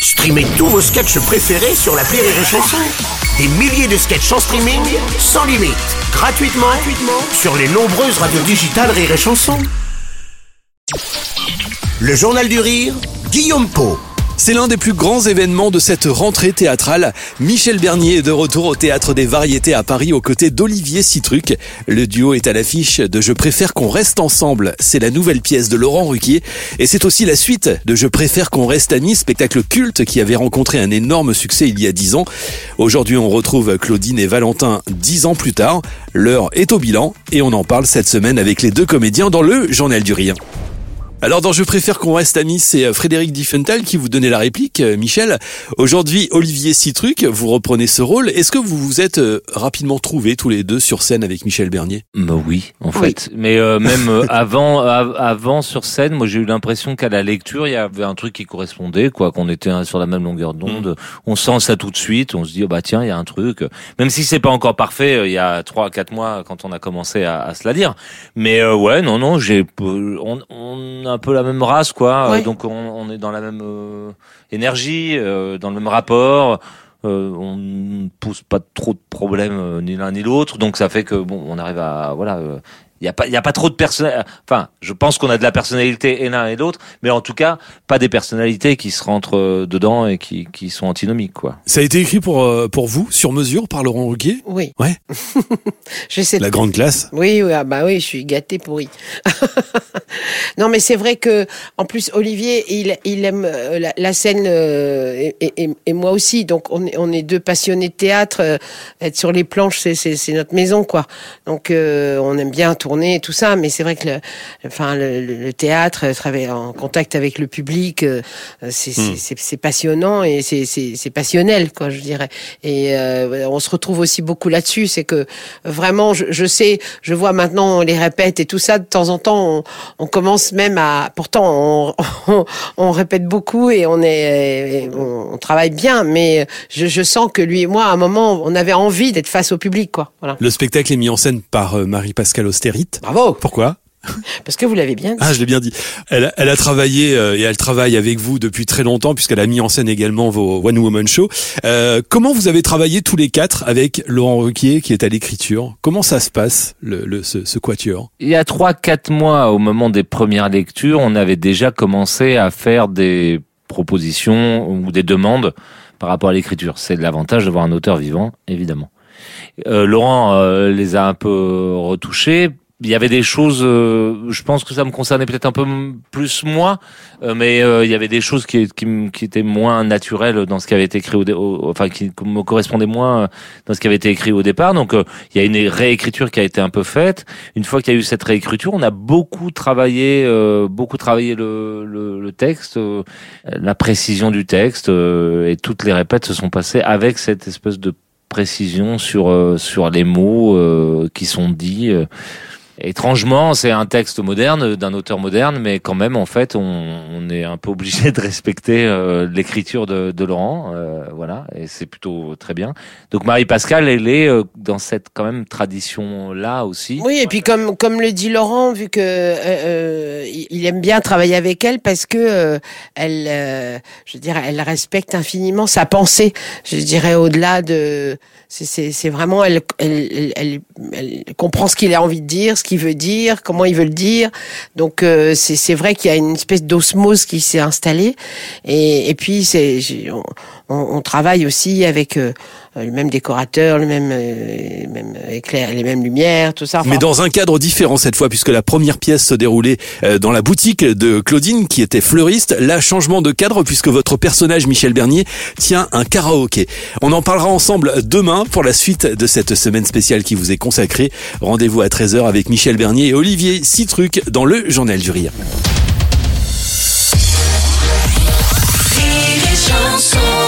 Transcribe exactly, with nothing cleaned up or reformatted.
Streamez tous vos sketchs préférés sur l'appli Rire et Chanson. Des milliers de sketchs en streaming, sans limite, gratuitement, gratuitement sur les nombreuses radios digitales Rire et Chanson. Le Journal du Rire, Guillaume Pau. C'est l'un des plus grands événements de cette rentrée théâtrale. Michel Bernier est de retour au Théâtre des Variétés à Paris aux côtés d'Olivier Sitruk. Le duo est à l'affiche de Je préfère qu'on reste ensemble. C'est la nouvelle pièce de Laurent Ruquier. Et c'est aussi la suite de Je préfère qu'on reste amis, spectacle culte qui avait rencontré un énorme succès il y a dix ans. Aujourd'hui, on retrouve Claudine et Valentin dix ans plus tard. L'heure est au bilan et on en parle cette semaine avec les deux comédiens dans le Journal du Rire. Alors dans Je préfère qu'on reste amis, c'est Frédéric Diffenthal qui vous donnait la réplique, Michel. Aujourd'hui, Olivier Sitruk, vous reprenez ce rôle. Est-ce que vous vous êtes euh, rapidement trouvés tous les deux sur scène avec Michel Bernier ? Bah oui, en Oui. fait. Mais euh, même euh, avant, av- avant sur scène, moi j'ai eu l'impression qu'à la lecture, il y avait un truc qui correspondait, quoi, qu'on était hein, sur la même longueur d'onde. On sent ça tout de suite. On se dit oh, bah tiens, il y a un truc. Même si c'est pas encore parfait, euh, il y a trois, quatre mois quand on a commencé à, à se la dire. Mais euh, ouais, non, non, j'ai, on, on un peu la même race, quoi. Oui. Euh, donc on, on est dans la même euh, énergie, euh, dans le même rapport. Euh, on ne pose pas trop de problèmes euh, ni l'un ni l'autre. Donc ça fait que bon, on arrive à voilà. Euh, il y a pas, il y a pas trop de personnalité. Enfin, je pense qu'on a de la personnalité et l'un et l'autre, mais en tout cas, pas des personnalités qui se rentrent euh, dedans et qui qui sont antinomiques, quoi. Ça a été écrit pour euh, pour vous, sur mesure, par Laurent Ruquier ? Oui. Ouais. J'essaie de... La grande classe. Oui, oui, ah bah oui, je suis gâtée pourrie. Non, mais c'est vrai que, en plus, Olivier, il, il aime euh, la, la scène euh, et, et, et moi aussi. Donc, on est, on est deux passionnés de théâtre. Euh, être sur les planches, c'est, c'est, c'est notre maison, quoi. Donc, euh, on aime bien tourner et tout ça. Mais c'est vrai que, le, enfin, le, le théâtre, travailler en contact avec le public, euh, c'est, Mm. c'est, c'est, c'est passionnant et c'est, c'est, c'est passionnel, quoi, je dirais. Et euh, on se retrouve aussi beaucoup là-dessus. C'est que vraiment, je, je sais, je vois maintenant, on les répète et tout ça. De temps en temps, on, on commence même à... Pourtant, on, on, on répète beaucoup et on est, on, on travaille bien, mais je, je sens que lui et moi, à un moment, on avait envie d'être face au public, quoi. Voilà. Le spectacle est mis en scène par euh, Marie-Pascale Austerite. Bravo, Pourquoi ? parce que vous l'avez bien dit. Ah, je l'ai bien dit. Elle, a- elle a travaillé euh, et elle travaille avec vous depuis très longtemps puisqu'elle a mis en scène également vos One Woman Show. Euh, comment vous avez travaillé tous les quatre avec Laurent Ruquier qui est à l'écriture ? Comment ça se passe, le, le, ce, ce quatuor ? Il y a trois, quatre mois, au moment des premières lectures, on avait déjà commencé à faire des propositions ou des demandes par rapport à l'écriture. C'est l'avantage d'avoir un auteur vivant, évidemment. Euh, Laurent euh, les a un peu retouchés. Il y avait des choses, euh, je pense que ça me concernait peut-être un peu m- plus moi, euh, mais euh, il y avait des choses qui, qui, m- qui étaient moins naturelles dans ce qui avait été écrit au, dé- au enfin qui me correspondaient moins dans ce qui avait été écrit au départ. Donc euh, il y a une réécriture qui a été un peu faite. Une fois qu'il y a eu cette réécriture, on a beaucoup travaillé, euh, beaucoup travaillé le, le, le texte, euh, la précision du texte, euh, et toutes les répètes se sont passées avec cette espèce de précision sur euh, sur les mots euh, qui sont dits. Euh, Étrangement, c'est un texte moderne, d'un auteur moderne, mais quand même, en fait, on, on est un peu obligé de respecter euh, l'écriture de, de Laurent, euh, voilà, et c'est plutôt très bien. Donc Marie-Pascale, elle est euh, dans cette quand même tradition-là aussi. Oui, et puis comme comme le dit Laurent, vu que euh, euh, il aime bien travailler avec elle parce que euh, elle, euh, je dirais, elle respecte infiniment sa pensée. Je dirais au-delà de, c'est c'est, c'est vraiment elle, elle elle elle comprend ce qu'il a envie de dire, ce qu'il veut dire, comment il veut le dire. Donc euh, c'est c'est vrai qu'il y a une espèce d'osmose qui s'est installée. Et et puis c'est on, on, on travaille aussi avec euh, le même décorateur, le même, euh, même éclair, les mêmes lumières, tout ça. Enfin, Mais dans un cadre différent cette fois, puisque la première pièce se déroulait euh, dans la boutique de Claudine, qui était fleuriste. Là, changement de cadre, puisque votre personnage, Michel Bernier, tient un karaoké. On en parlera ensemble demain pour la suite de cette semaine spéciale qui vous est consacrée. Rendez-vous à treize heures avec Michel Bernier et Olivier Sitruk dans le Journal du Rire. Rire et Chanson.